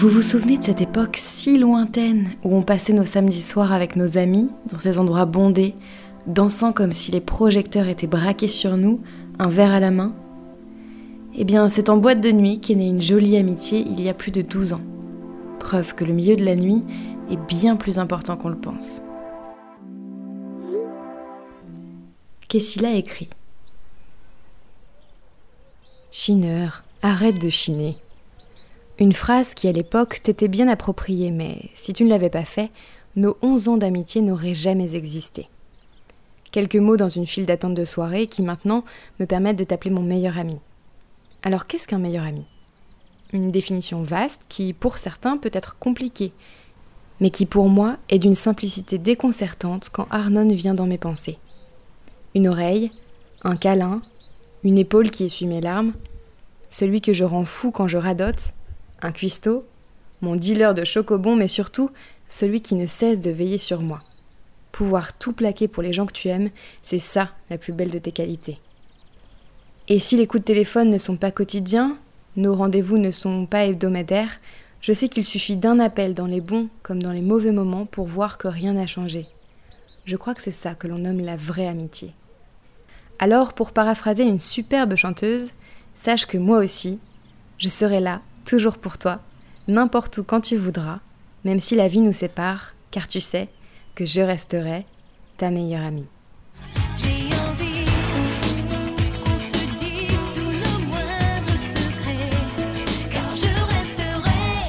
Vous vous souvenez de cette époque si lointaine où on passait nos samedis soirs avec nos amis dans ces endroits bondés, dansant comme si les projecteurs étaient braqués sur nous, un verre à la main ? Eh bien, c'est en boîte de nuit qu'est née une jolie amitié il y a plus de 12 ans. Preuve que le milieu de la nuit est bien plus important qu'on le pense. Kessila écrit : Chineur, arrête de chiner. Une phrase qui à l'époque t'était bien appropriée, mais si tu ne l'avais pas fait, nos 11 ans d'amitié n'auraient jamais existé. Quelques mots dans une file d'attente de soirée qui maintenant me permettent de t'appeler mon meilleur ami. Alors qu'est-ce qu'un meilleur ami ? Une définition vaste qui, pour certains, peut être compliquée, mais qui pour moi est d'une simplicité déconcertante quand Arnon vient dans mes pensées. Une oreille, un câlin, une épaule qui essuie mes larmes, celui que je rends fou quand je radote, un cuistot, mon dealer de chocobons, mais surtout celui qui ne cesse de veiller sur moi. Pouvoir tout plaquer pour les gens que tu aimes, c'est ça la plus belle de tes qualités. Et si les coups de téléphone ne sont pas quotidiens, nos rendez-vous ne sont pas hebdomadaires, je sais qu'il suffit d'un appel dans les bons comme dans les mauvais moments pour voir que rien n'a changé. Je crois que c'est ça que l'on nomme la vraie amitié. Alors, pour paraphraser une superbe chanteuse, sache que moi aussi, je serai là, toujours pour toi, n'importe où quand tu voudras, même si la vie nous sépare, car tu sais que je resterai ta meilleure amie. J'ai envie qu'on se dise tous nos moindres secrets, car je resterai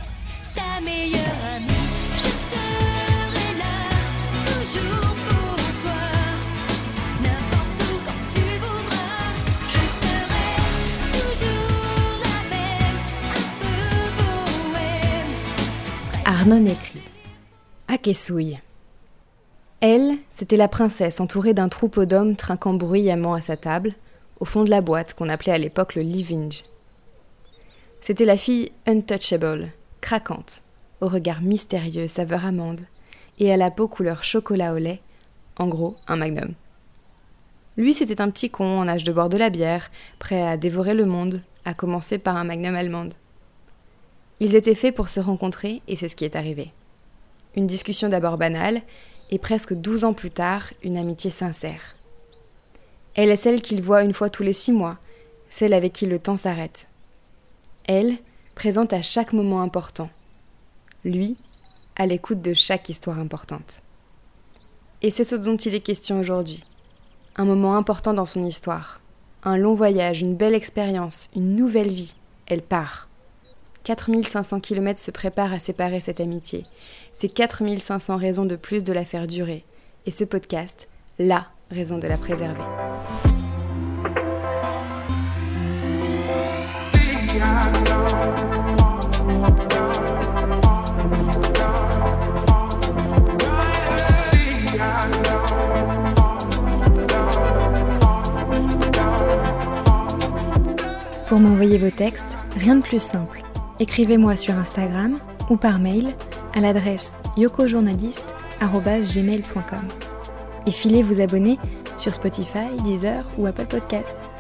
ta meilleure amie. Je serai là, toujours pour toi, n'importe où quand tu voudras. Je serai toujours la même, un peu bohème. Arnon écrit : à Kessouille. Elle, c'était la princesse entourée d'un troupeau d'hommes trinquant bruyamment à sa table, au fond de la boîte qu'on appelait à l'époque le living. C'était la fille untouchable, craquante, au regard mystérieux, saveur amande, et à la peau couleur chocolat au lait, en gros, un magnum. Lui, c'était un petit con en âge de boire de la bière, prêt à dévorer le monde, à commencer par un magnum allemande. Ils étaient faits pour se rencontrer, et c'est ce qui est arrivé. Une discussion d'abord banale, et presque 12 ans plus tard, une amitié sincère. Elle est celle qu'il voit une fois tous les 6 mois, celle avec qui le temps s'arrête. Elle, présente à chaque moment important. Lui, à l'écoute de chaque histoire importante. Et c'est ce dont il est question aujourd'hui. Un moment important dans son histoire. Un long voyage, une belle expérience, une nouvelle vie. Elle part. 4500 km se préparent à séparer cette amitié. C'est 4500 raisons de plus de la faire durer. Et ce podcast, la raison de la préserver. Pour m'envoyer vos textes, rien de plus simple. Écrivez-moi sur Instagram ou par mail à l'adresse yokojournaliste@gmail.com. Et filez vous abonner sur Spotify, Deezer ou Apple Podcast.